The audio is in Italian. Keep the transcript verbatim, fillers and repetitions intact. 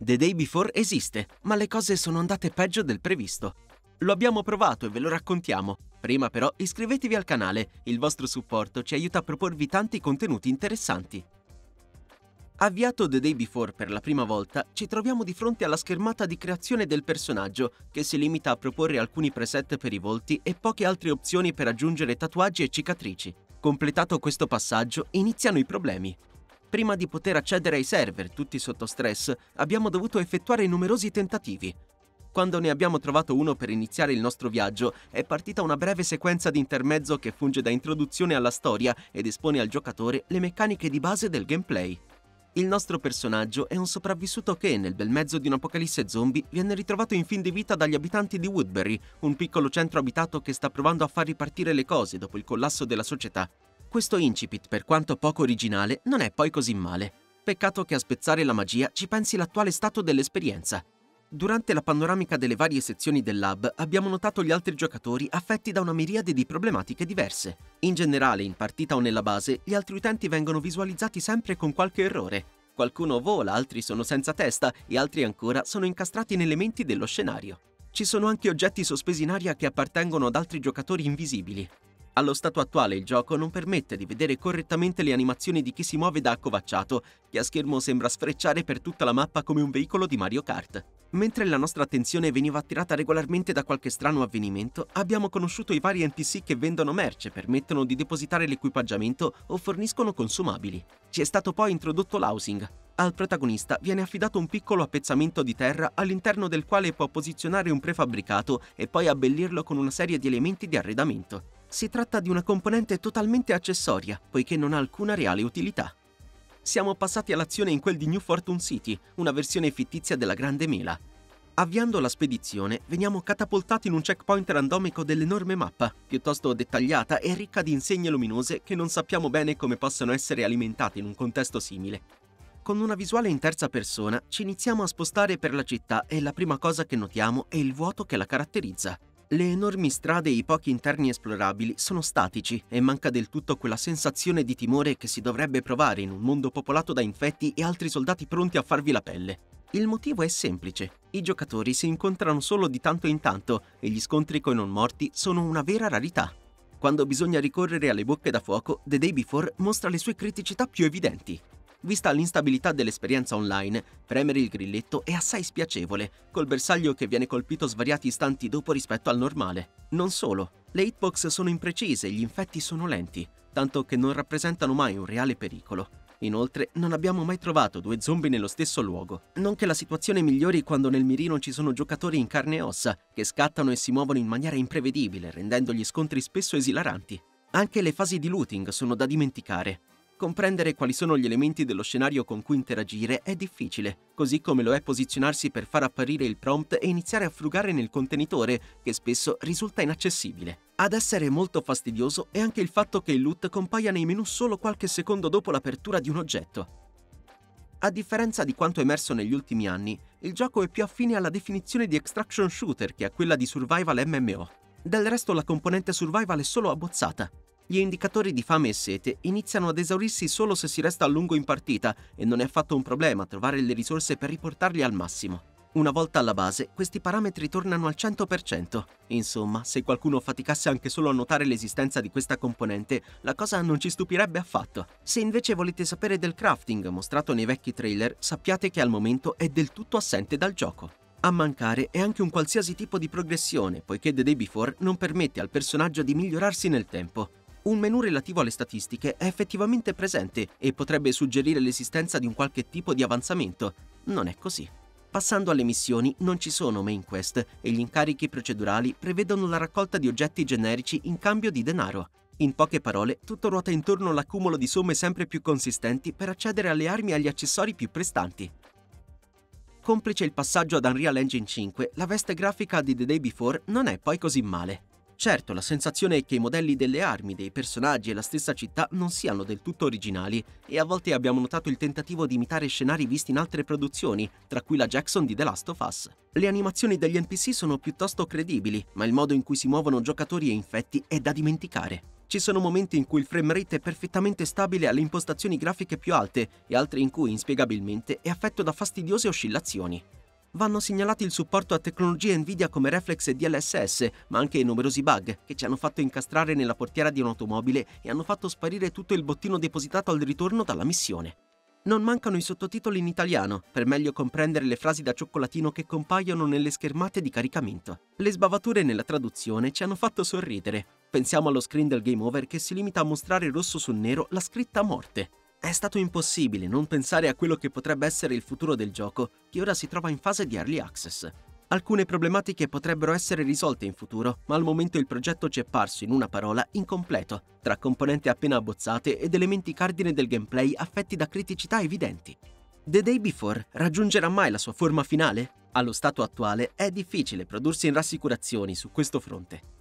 The Day Before esiste, ma le cose sono andate peggio del previsto. Lo abbiamo provato e ve lo raccontiamo. Prima però iscrivetevi al canale, il vostro supporto ci aiuta a proporvi tanti contenuti interessanti. Avviato The Day Before per la prima volta, ci troviamo di fronte alla schermata di creazione del personaggio, che si limita a proporre alcuni preset per i volti e poche altre opzioni per aggiungere tatuaggi e cicatrici. Completato questo passaggio, iniziano i problemi. Prima di poter accedere ai server, tutti sotto stress, abbiamo dovuto effettuare numerosi tentativi. Quando ne abbiamo trovato uno per iniziare il nostro viaggio, è partita una breve sequenza di intermezzo che funge da introduzione alla storia ed espone al giocatore le meccaniche di base del gameplay. Il nostro personaggio è un sopravvissuto che, nel bel mezzo di un'apocalisse zombie, viene ritrovato in fin di vita dagli abitanti di Woodbury, un piccolo centro abitato che sta provando a far ripartire le cose dopo il collasso della società. Questo incipit, per quanto poco originale, non è poi così male. Peccato che a spezzare la magia ci pensi l'attuale stato dell'esperienza. Durante la panoramica delle varie sezioni del lab abbiamo notato gli altri giocatori affetti da una miriade di problematiche diverse. In generale, in partita o nella base, gli altri utenti vengono visualizzati sempre con qualche errore. Qualcuno vola, altri sono senza testa e altri ancora sono incastrati in elementi dello scenario. Ci sono anche oggetti sospesi in aria che appartengono ad altri giocatori invisibili. Allo stato attuale il gioco non permette di vedere correttamente le animazioni di chi si muove da accovacciato, che a schermo sembra sfrecciare per tutta la mappa come un veicolo di Mario Kart. Mentre la nostra attenzione veniva attirata regolarmente da qualche strano avvenimento, abbiamo conosciuto i vari N P C che vendono merce, permettono di depositare l'equipaggiamento o forniscono consumabili. Ci è stato poi introdotto l'housing. Al protagonista viene affidato un piccolo appezzamento di terra all'interno del quale può posizionare un prefabbricato e poi abbellirlo con una serie di elementi di arredamento. Si tratta di una componente totalmente accessoria, poiché non ha alcuna reale utilità. Siamo passati all'azione in quel di New Fortune City, una versione fittizia della Grande Mela. Avviando la spedizione, veniamo catapultati in un checkpoint randomico dell'enorme mappa, piuttosto dettagliata e ricca di insegne luminose che non sappiamo bene come possano essere alimentate in un contesto simile. Con una visuale in terza persona, ci iniziamo a spostare per la città e la prima cosa che notiamo è il vuoto che la caratterizza. Le enormi strade e i pochi interni esplorabili sono statici e manca del tutto quella sensazione di timore che si dovrebbe provare in un mondo popolato da infetti e altri soldati pronti a farvi la pelle. Il motivo è semplice: i giocatori si incontrano solo di tanto in tanto e gli scontri coi non morti sono una vera rarità. Quando bisogna ricorrere alle bocche da fuoco, The Day Before mostra le sue criticità più evidenti. Vista l'instabilità dell'esperienza online, premere il grilletto è assai spiacevole, col bersaglio che viene colpito svariati istanti dopo rispetto al normale. Non solo, le hitbox sono imprecise e gli infetti sono lenti, tanto che non rappresentano mai un reale pericolo. Inoltre, non abbiamo mai trovato due zombie nello stesso luogo. Non che la situazione migliori quando nel mirino ci sono giocatori in carne e ossa, che scattano e si muovono in maniera imprevedibile, rendendo gli scontri spesso esilaranti. Anche le fasi di looting sono da dimenticare. Comprendere quali sono gli elementi dello scenario con cui interagire è difficile, così come lo è posizionarsi per far apparire il prompt e iniziare a frugare nel contenitore, che spesso risulta inaccessibile. Ad essere molto fastidioso è anche il fatto che il loot compaia nei menu solo qualche secondo dopo l'apertura di un oggetto. A differenza di quanto emerso negli ultimi anni, il gioco è più affine alla definizione di extraction shooter che a quella di survival M M O. Del resto la componente survival è solo abbozzata. Gli indicatori di fame e sete iniziano ad esaurirsi solo se si resta a lungo in partita e non è affatto un problema trovare le risorse per riportarli al massimo. Una volta alla base, questi parametri tornano al cento per cento. Insomma, se qualcuno faticasse anche solo a notare l'esistenza di questa componente, la cosa non ci stupirebbe affatto. Se invece volete sapere del crafting mostrato nei vecchi trailer, sappiate che al momento è del tutto assente dal gioco. A mancare è anche un qualsiasi tipo di progressione, poiché The Day Before non permette al personaggio di migliorarsi nel tempo. Un menu relativo alle statistiche è effettivamente presente e potrebbe suggerire l'esistenza di un qualche tipo di avanzamento. Non è così. Passando alle missioni, non ci sono main quest e gli incarichi procedurali prevedono la raccolta di oggetti generici in cambio di denaro. In poche parole, tutto ruota intorno all'accumulo di somme sempre più consistenti per accedere alle armi e agli accessori più prestanti. Complice il passaggio ad Unreal Engine cinque, la veste grafica di The Day Before non è poi così male. Certo, la sensazione è che i modelli delle armi, dei personaggi e la stessa città non siano del tutto originali e a volte abbiamo notato il tentativo di imitare scenari visti in altre produzioni, tra cui la Jackson di The Last of Us. Le animazioni degli N P C sono piuttosto credibili, ma il modo in cui si muovono giocatori e infetti è da dimenticare. Ci sono momenti in cui il framerate è perfettamente stabile alle impostazioni grafiche più alte e altri in cui, inspiegabilmente, è affetto da fastidiose oscillazioni. Vanno segnalati il supporto a tecnologie Nvidia come Reflex e D L S S, ma anche i numerosi bug che ci hanno fatto incastrare nella portiera di un'automobile e hanno fatto sparire tutto il bottino depositato al ritorno dalla missione. Non mancano i sottotitoli in italiano, per meglio comprendere le frasi da cioccolatino che compaiono nelle schermate di caricamento. Le sbavature nella traduzione ci hanno fatto sorridere. Pensiamo allo screen del game over che si limita a mostrare rosso su nero la scritta morte. È stato impossibile non pensare a quello che potrebbe essere il futuro del gioco, che ora si trova in fase di early access. Alcune problematiche potrebbero essere risolte in futuro, ma al momento il progetto ci è parso, in una parola, incompleto, tra componenti appena abbozzate ed elementi cardine del gameplay affetti da criticità evidenti. The Day Before raggiungerà mai la sua forma finale? Allo stato attuale è difficile prodursi in rassicurazioni su questo fronte.